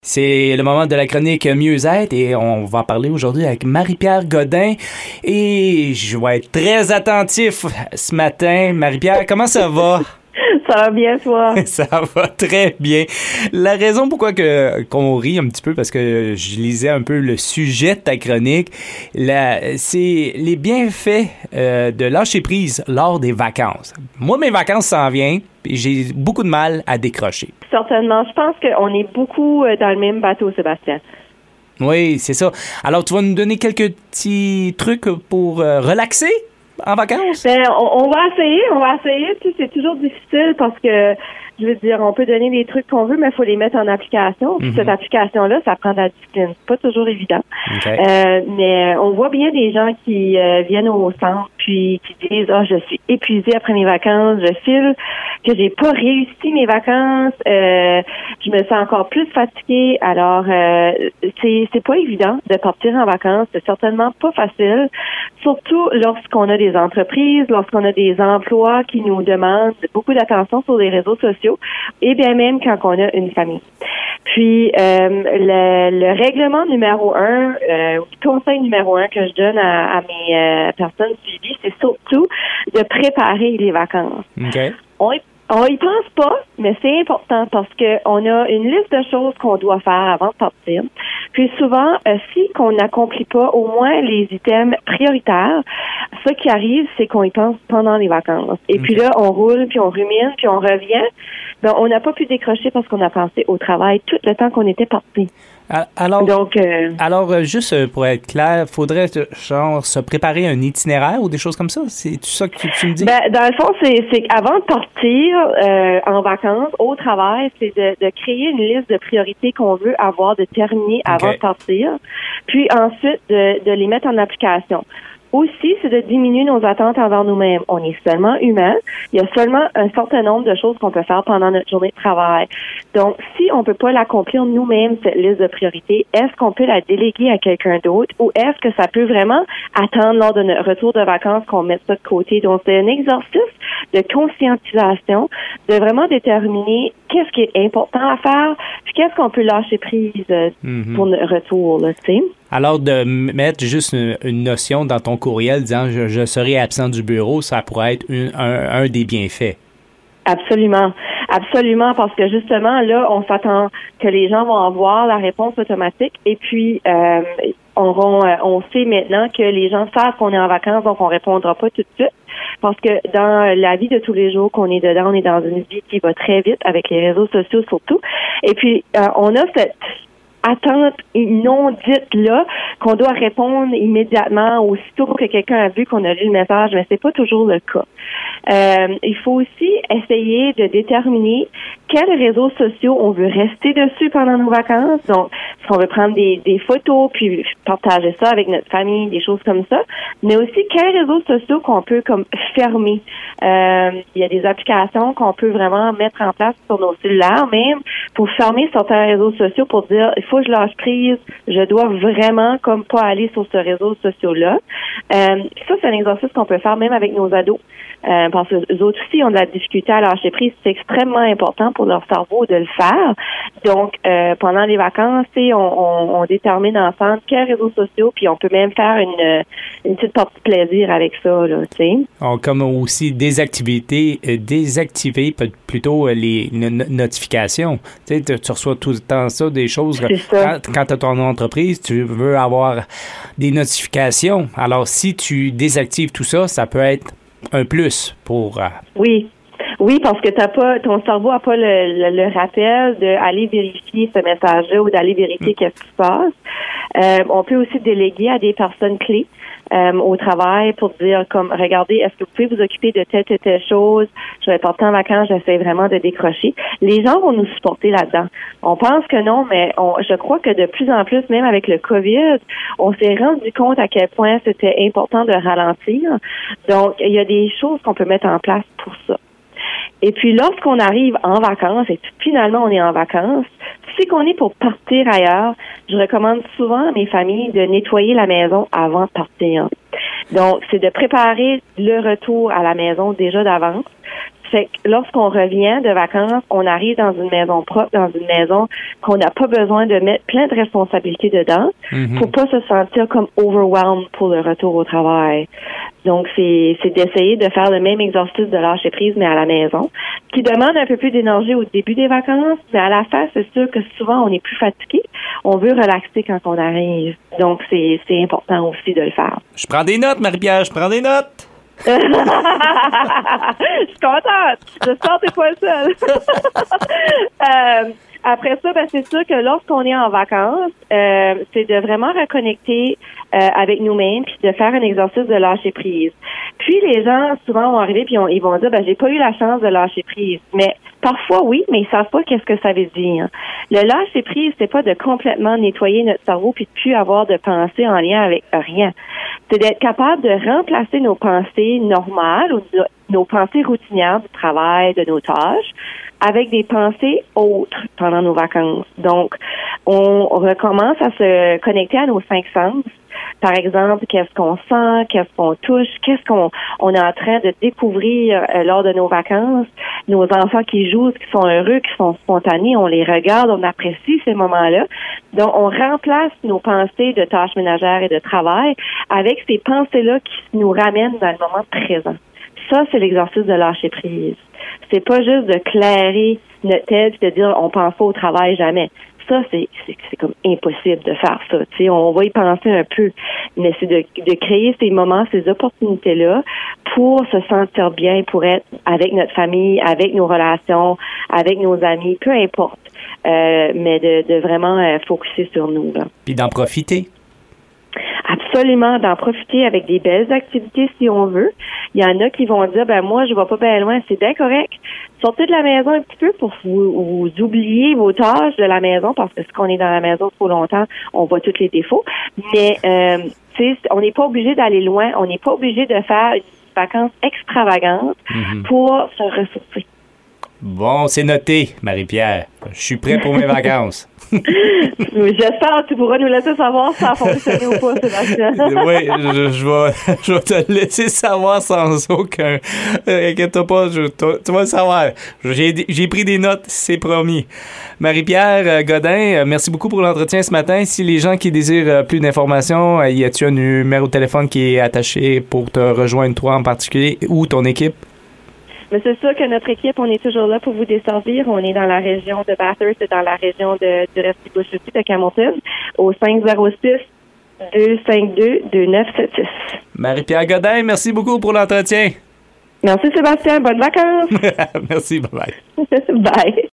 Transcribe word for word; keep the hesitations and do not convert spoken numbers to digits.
C'est le moment de la chronique Mieux-être et on va en parler aujourd'hui avec Marie-Pierre Godin et je vais être très attentif ce matin. Marie-Pierre, comment ça va? Ça va bien, toi? Ça va très bien. La raison pourquoi que, qu'on rit un petit peu, parce que je lisais un peu le sujet de ta chronique, la, c'est les bienfaits euh, de lâcher prise lors des vacances. Moi, mes vacances s'en viennent et j'ai beaucoup de mal à décrocher. Certainement. Je pense qu'on est beaucoup dans le même bateau, Sébastien. Oui, c'est ça. Alors, tu vas nous donner quelques petits trucs pour euh, relaxer en vacances? Ben, on, on va essayer, on va essayer. Tu sais, c'est toujours difficile parce que, je veux dire, on peut donner des trucs qu'on veut, mais il faut les mettre en application. Puis mm-hmm. cette application-là, ça prend de la discipline. C'est pas toujours évident. Okay. Euh, mais on voit bien des gens qui euh, viennent au centre puis qui disent « Ah, oh, je suis épuisée après mes vacances, je file que j'ai pas réussi mes vacances, euh, je me sens encore plus fatiguée. » Alors, euh, c'est, c'est pas évident de partir en vacances. C'est certainement pas facile, surtout lorsqu'on a des entreprises, lorsqu'on a des emplois qui nous demandent beaucoup d'attention sur les réseaux sociaux, et bien même quand on a une famille. Puis, euh, le, le règlement numéro un, euh, le conseil numéro un que je donne à, à mes euh, personnes suivies, c'est surtout de préparer les vacances. Okay. On y, on y pense pas, mais c'est important parce que on a une liste de choses qu'on doit faire avant de partir. Puis souvent, euh, si qu'on n'accomplit pas au moins les items prioritaires, ce qui arrive, c'est qu'on y pense pendant les vacances. Et okay. puis là, on roule, puis on rumine, puis on revient. Ben, on n'a pas pu décrocher parce qu'on a pensé au travail tout le temps qu'on était parti. Alors, Donc, euh, alors juste pour être clair, faudrait genre se préparer un itinéraire ou des choses comme ça? C'est tout ça que tu, tu me dis? Ben, dans le fond, c'est, c'est qu'avant de partir euh, en vacances, au travail, c'est de, de créer une liste de priorités qu'on veut avoir, de terminer avant okay. de partir, puis ensuite de, de les mettre en application. Aussi, c'est de diminuer nos attentes envers nous-mêmes. On est seulement humain. Il y a seulement un certain nombre de choses qu'on peut faire pendant notre journée de travail. Donc, si on peut pas l'accomplir nous-mêmes, cette liste de priorités, est-ce qu'on peut la déléguer à quelqu'un d'autre ou est-ce que ça peut vraiment attendre lors de notre retour de vacances qu'on mette ça de côté? Donc, c'est un exercice de conscientisation, de vraiment déterminer qu'est-ce qui est important à faire, puis qu'est-ce qu'on peut lâcher prise mm-hmm. pour notre retour, là, tu sais. Alors, de mettre juste une, une notion dans ton courriel disant je, je serai absent du bureau, ça pourrait être une, un, un des bienfaits. Absolument. Absolument, parce que justement, là, on s'attend que les gens vont avoir la réponse automatique et puis euh, on, on, on sait maintenant que les gens savent qu'on est en vacances, donc on répondra pas tout de suite. Parce que dans la vie de tous les jours qu'on est dedans, on est dans une vie qui va très vite avec les réseaux sociaux surtout. Et puis, euh, on a cette attente non dite là qu'on doit répondre immédiatement aussitôt que quelqu'un a vu qu'on a lu le message, mais c'est pas toujours le cas. Euh, il faut aussi essayer de déterminer quels réseaux sociaux on veut rester dessus pendant nos vacances. Donc, si on veut prendre des, des photos puis partager ça avec notre famille, des choses comme ça, mais aussi quels réseaux sociaux qu'on peut comme fermer. Euh, il y a des applications qu'on peut vraiment mettre en place sur nos cellulaires même pour fermer certains réseaux sociaux pour dire il faut que je lâche prise, je dois vraiment comme pas aller sur ce réseau social-là. Euh, ça, c'est un exercice qu'on peut faire même avec nos ados. Euh, parce que eux autres aussi ont de la difficulté à lâcher prise. C'est extrêmement important pour leur cerveau de le faire. Donc, euh, pendant les vacances, on, on, on détermine ensemble quels réseaux sociaux, puis on peut même faire une, une petite partie de plaisir avec ça, là, tu sais. Oh, comme aussi des activités, euh, désactiver plutôt les no- notifications. Tu sais, tu reçois tout le temps ça, des choses. Quand, quand tu as ton entreprise, tu veux avoir des notifications. Alors, si tu désactives tout ça, ça peut être un plus pour... Euh... Oui. Oui, parce que t'as pas, ton cerveau n'a pas le, le, le rappel d'aller vérifier ce message-là ou d'aller vérifier mmh. qu'est-ce qui se passe. Euh, on peut aussi déléguer à des personnes clés euh, au travail pour dire comme, regardez, est-ce que vous pouvez vous occuper de telle, telle, telle chose? Je vais partir en vacances, j'essaie vraiment de décrocher. Les gens vont nous supporter là-dedans. On pense que non, mais on, je crois que de plus en plus, même avec le COVID, on s'est rendu compte à quel point c'était important de ralentir. Donc, il y a des choses qu'on peut mettre en place pour ça. Et puis, lorsqu'on arrive en vacances, et finalement, on est en vacances, si qu'on est pour partir ailleurs, je recommande souvent à mes familles de nettoyer la maison avant de partir. Donc, c'est de préparer le retour à la maison déjà d'avance. Fait que lorsqu'on revient de vacances, on arrive dans une maison propre, dans une maison qu'on n'a pas besoin de mettre plein de responsabilités dedans mm-hmm. pour pas se sentir comme overwhelmed pour le retour au travail. Donc, c'est, c'est d'essayer de faire le même exercice de lâcher prise, mais à la maison, qui demande un peu plus d'énergie au début des vacances, mais à la fin, c'est sûr que souvent, on est plus fatigué. On veut relaxer quand on arrive. Donc, c'est, c'est important aussi de le faire. Je prends des notes, Marie-Pierre, je prends des notes. Je suis contente. J'espère que t'es pas seule. euh, Après ça, ben, c'est sûr que lorsqu'on est en vacances, euh, c'est de vraiment reconnecter euh, avec nous-mêmes puis de faire un exercice de lâcher prise. Puis les gens souvent vont arriver puis on, ils vont dire ben j'ai pas eu la chance de lâcher prise. Mais parfois oui, mais ils savent pas qu'est-ce que ça veut dire. Le lâcher prise, c'est pas de complètement nettoyer notre cerveau puis de plus avoir de pensées en lien avec rien. C'est d'être capable de remplacer nos pensées normales ou nos pensées routinières du travail, de nos tâches, avec des pensées autres pendant nos vacances. Donc, on recommence à se connecter à nos cinq sens. Par exemple, qu'est-ce qu'on sent, qu'est-ce qu'on touche, qu'est-ce qu'on on est en train de découvrir euh, lors de nos vacances. Nos enfants qui jouent, qui sont heureux, qui sont spontanés, on les regarde, on apprécie ces moments-là. Donc, on remplace nos pensées de tâches ménagères et de travail avec ces pensées-là qui nous ramènent dans le moment présent. Ça, c'est l'exercice de lâcher prise. C'est pas juste de clairer notre tête et de dire on pense pas au travail jamais. Ça, c'est, c'est, c'est comme impossible de faire ça. Tu sais, on va y penser un peu, mais c'est de, de créer ces moments, ces opportunités-là pour se sentir bien, pour être avec notre famille, avec nos relations, avec nos amis, peu importe. Euh, mais de, de vraiment euh, focuser sur nous. Là. Puis d'en profiter. Absolument, d'en profiter avec des belles activités si on veut. Il y en a qui vont dire, ben moi, je vais pas bien loin, c'est bien correct. Sortez de la maison un petit peu pour vous, vous oublier vos tâches de la maison, parce que si on est dans la maison trop longtemps, on voit tous les défauts. Mais, euh, tu sais, on n'est pas obligé d'aller loin, on n'est pas obligé de faire une vacance extravagante mm-hmm. pour se ressourcer. Bon, c'est noté, Marie-Pierre. Je suis prêt pour mes vacances. J'espère que tu pourras nous laisser savoir si ça a fonctionné ou pas, Sébastien. Oui, je, je, vais, je vais te laisser savoir sans aucun... Euh, inquiète-toi pas, je, tu vas le savoir. J'ai, j'ai pris des notes, c'est promis. Marie-Pierre Godin, merci beaucoup pour l'entretien ce matin. Si les gens qui désirent plus d'informations, y a-tu un numéro de téléphone qui est attaché pour te rejoindre, toi en particulier, ou ton équipe? Mais c'est sûr que notre équipe, on est toujours là pour vous desservir. On est dans la région de Bathurst et dans la région de, du Restigouche aussi, de Camelton, au cinq zéro six, deux cinq deux, deux neuf sept six. Marie-Pierre Godin, merci beaucoup pour l'entretien. Merci Sébastien, bonnes vacances. Merci, bye-bye. Bye.